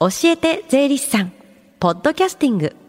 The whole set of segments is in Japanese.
教えて税理士さんポッドキャスティング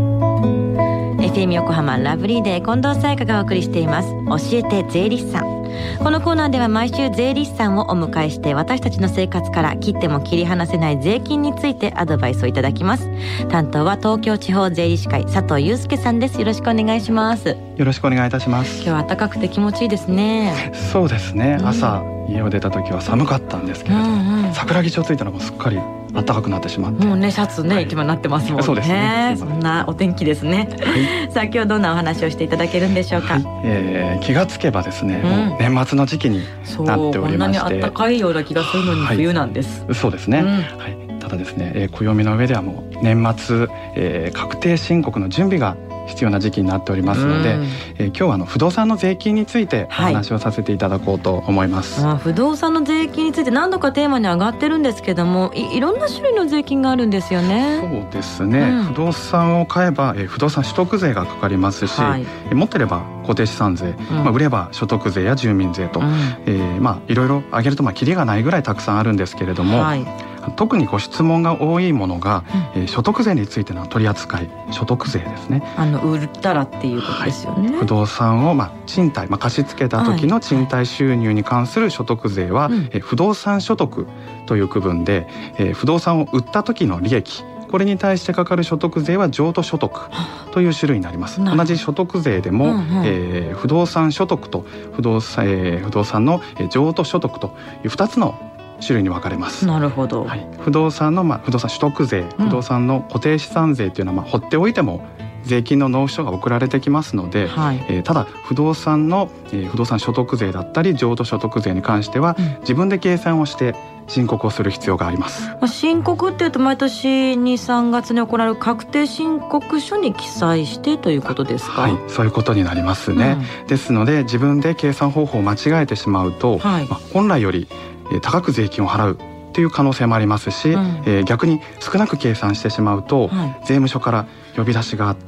FM 横浜ラブリーデー近藤沙耶香がお送りしています教えて税理士さん。このコーナーでは毎週税理士さんをお迎えして私たちの生活から切っても切り離せない税金についてアドバイスをいただきます。担当は東京地方税理士会佐藤祐介さんです。よろしくお願いします。 よろしくお願いいたします。 今日は暖かくて気持ちいいですね。 そうですね、朝家を出た時は寒かったんですけれど、桜木町着いたらもうすっかり暖かくなってしまって、 もうねシャツね、一枚なってますもんね。 そうですね、 そんなお天気ですね、さあ今日どんなお話をしていただけるんでしょうか。 気がつけばですね、もう年末の時期になっておりまして、 こんなに暖かいような気がするのに冬なんです、 そうですね、ただですね、暦の上ではもう年末、確定申告の準備が必要な時期になっておりますので、今日は不動産の税金についてお話をさせていただこうと思います、 不動産の税金について何度かテーマに上がってるんですけども、いろんな種類の税金があるんですよね。 そうですね、不動産を買えば、不動産取得税がかかりますし、持ってれば固定資産税、売れば所得税や住民税と、いろいろ挙げるとキリがないぐらいたくさんあるんですけれども、特にご質問が多いものが、所得税についての取り扱い、所得税ですね。 売ったらっていうことですよね、 不動産を賃貸、貸し付けた時の賃貸収入に関する所得税は、不動産所得という区分で、不動産を売った時の利益、これに対してかかる所得税は譲渡所得という種類になります。同じ所得税でも、不動産所得と不動産の譲渡所得という2つの種類に分かれます。 なるほど、 不動産の、不動産取得税、不動産の固定資産税というのは、放っておいても税金の納付書が送られてきますので、ただ不動産の、不動産所得税だったり譲渡所得税に関しては、自分で計算をして申告をする必要があります。 申告っていうと毎年2、3月に行われる確定申告書に記載してということですか。 そういうことになりますね、ですので自分で計算方法を間違えてしまうと、本来より高く税金を払うという可能性もありますし、逆に少なく計算してしまうと、税務署から呼び出しがあって、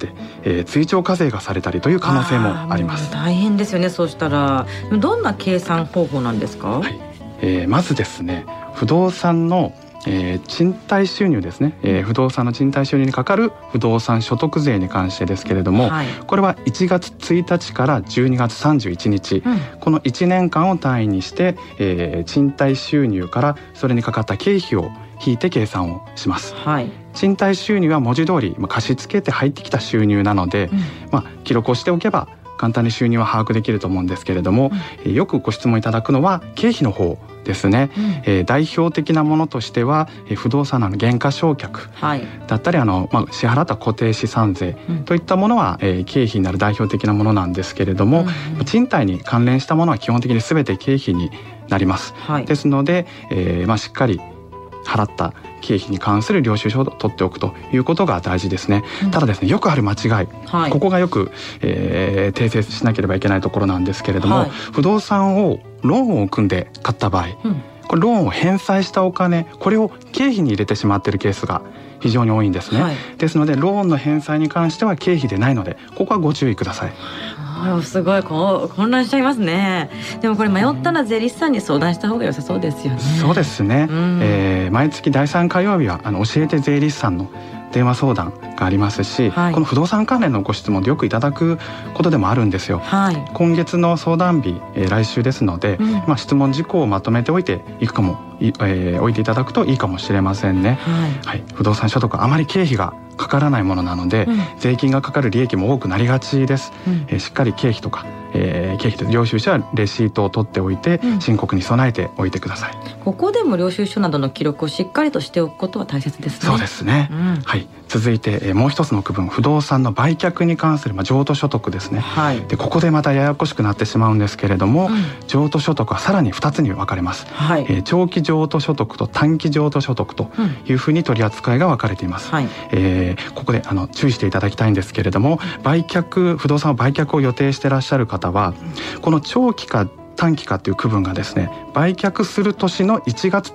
追徴課税がされたりという可能性もあります。 大変ですよね。そうしたらどんな計算方法なんですか。 まずですね、不動産の賃貸収入ですね、不動産の賃貸収入にかかる不動産所得税に関してですけれども、これは1月1日から12月31日、この1年間を単位にして、賃貸収入からそれにかかった経費を引いて計算をします、賃貸収入は文字通り、貸し付けて入ってきた収入なので、記録をしておけば簡単に収入は把握できると思うんですけれども、よくご質問いただくのは経費の方ですね、代表的なものとしては、不動産の減価償却だったり、支払った固定資産税といったものは、経費になる代表的なものなんですけれども、賃貸に関連したものは基本的に全て経費になります、ですので、しっかり払った経費に関する領収書を取っておくということが大事ですね、ただですね、よくある間違い、ここがよく、訂正しなければいけないところなんですけれども、不動産をローンを組んで買った場合、これローンを返済したお金、これを経費に入れてしまっているケースが非常に多いんですね、ですのでローンの返済に関しては経費でないので、ここはご注意ください。 すごい混乱しちゃいますね。でもこれ迷ったら税理士さんに相談した方が良さそうですよね。 そうですね、毎月第3火曜日は教えて税理士さんの電話相談がありますし、この不動産関連のご質問でよくいただくことでもあるんですよ、今月の相談日、来週ですので、質問事項をまとめておいていていただくといいかもしれませんね、不動産所得はあまり経費がかからないものなので、税金がかかる利益も多くなりがちです、しっかり経費とか、経費と領収書はレシートを取っておいて、申告に備えておいてください。 ここでも領収書などの記録をしっかりとしておくことは大切ですね。 そうですね、続いて、もう一つの区分、不動産の売却に関する、譲渡所得ですね、でここでまたややこしくなってしまうんですけれども、譲渡所得はさらに2つに分かれます、長期譲渡所得と短期譲渡所得というふうに取り扱いが分かれています、ここで注意していただきたいんですけれども、不動産を売却を予定していらっしゃる方は、この長期か短期かという区分がですね、売却する年の1月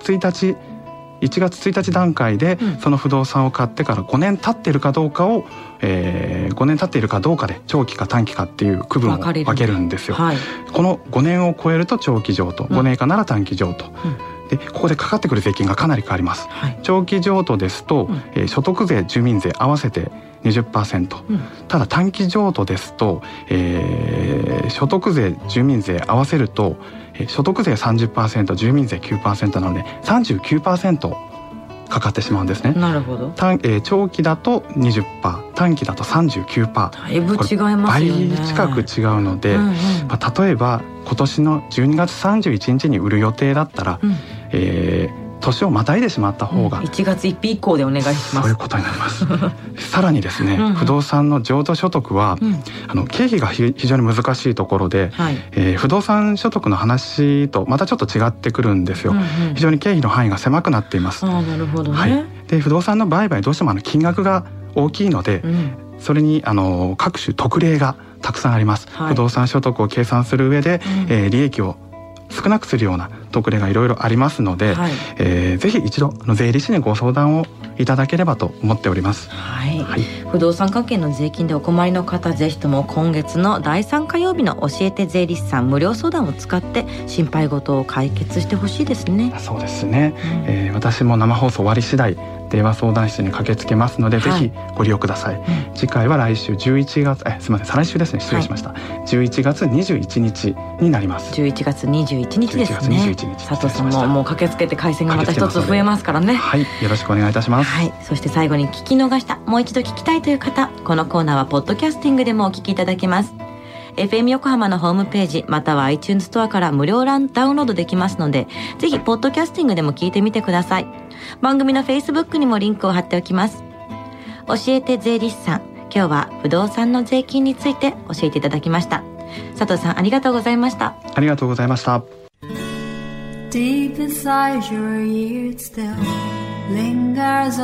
1日段階でその不動産を買ってから5年経っているかどうかを、5年経っているかどうかで長期か短期かっていう区分を分けるんですよ、この5年を超えると長期譲渡、5年以下なら短期譲渡でここでかかってくる税金がかなり変わります、長期譲渡ですと、所得税住民税合わせて20%、ただ短期譲渡ですと、所得税住民税合わせると、所得税 30% 住民税 9% なので 39% かかってしまうんですね。 なるほど。 長期だと 20%、短期だと 39%、 だいぶ違いますよね。 倍近く違うので、例えば今年の12月31日に売る予定だったら、年をまたいでしまった方が、 1月1日以降でお願いします。 そういうことになりますさらにですね、不動産の譲渡所得は、経費が非常に難しいところで、不動産所得の話とまたちょっと違ってくるんですよ、非常に経費の範囲が狭くなっています。 なるほどね。 で不動産の売買どうしても金額が大きいので、それに各種特例がたくさんあります、不動産所得を計算する上で、利益を少なくするような特例がいろいろありますので、ぜひ一度税理士にご相談をいただければと思っております。 不動産関係の税金でお困りの方、ぜひとも今月の第3火曜日の教えて税理士さん無料相談を使って心配事を解決してほしいですね。 そうですね、私も生放送終わり次第電話相談室に駆けつけますので、ぜひご利用ください。次回は来週11月すみません、再来週ですね、失礼しました、11月21日になります。 11月21日ですね。佐藤さんももう駆けつけて回線がまた一つ増えますからね。 よろしくお願いいたします。 そして最後に聞き逃した、もう一度聞きたいという方、このコーナーはポッドキャスティングでもお聞きいただけます。FM 横浜のホームページまたは iTunes ストアから無料ダウンロードできますので、ぜひポッドキャスティングでも聞いてみてください。番組の Facebook にもリンクを貼っておきます。教えて税理士さん、今日は不動産の税金について教えていただきました。佐藤さん、ありがとうございました。 ありがとうございました。 Deep inside your ears still lingers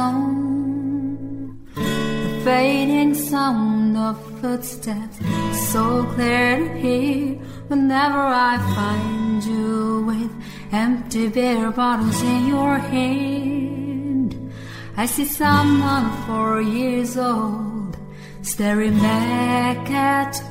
on the fading sound of footsteps, so clear to hear whenever I find you with empty beer bottles in your hand. I see someone 4 years old staring back at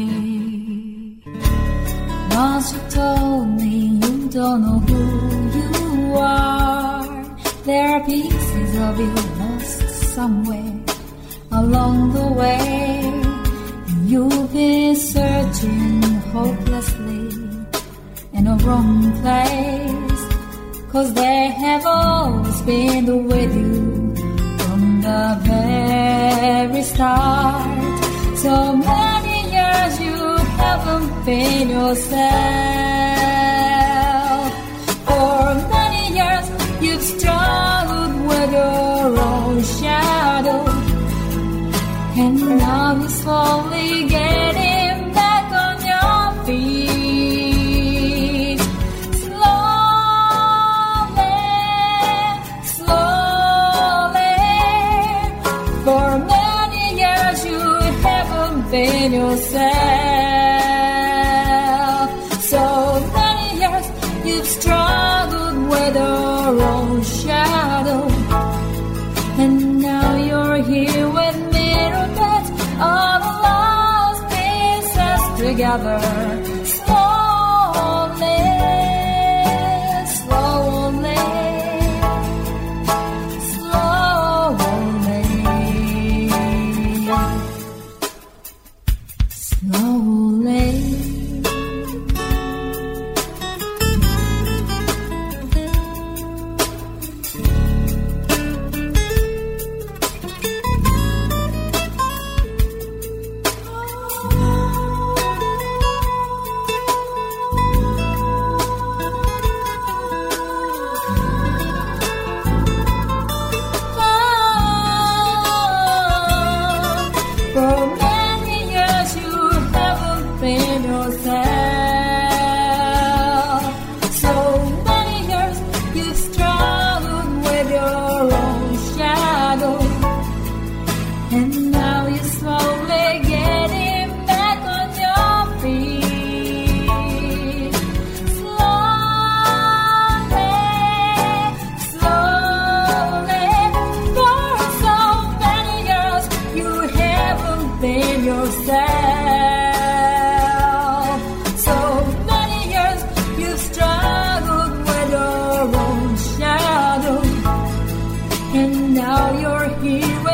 me. Once you told me you don't know who you are. There are pieces of you lost somewhere along the way. You've been searching hopelessly in a wrong place, 'cause they have always been with you from the very start. So many years you haven't been yourself. For many years you've struggled with your own shadow, and now you're slowly getting back on your feet. Slowly, slowly. For many years you haven't been yourself. So many years you've struggled with your own shadow, and now you're here with me to get all the lost pieces together. Slowly, slowly, slowly, slowly. now you're here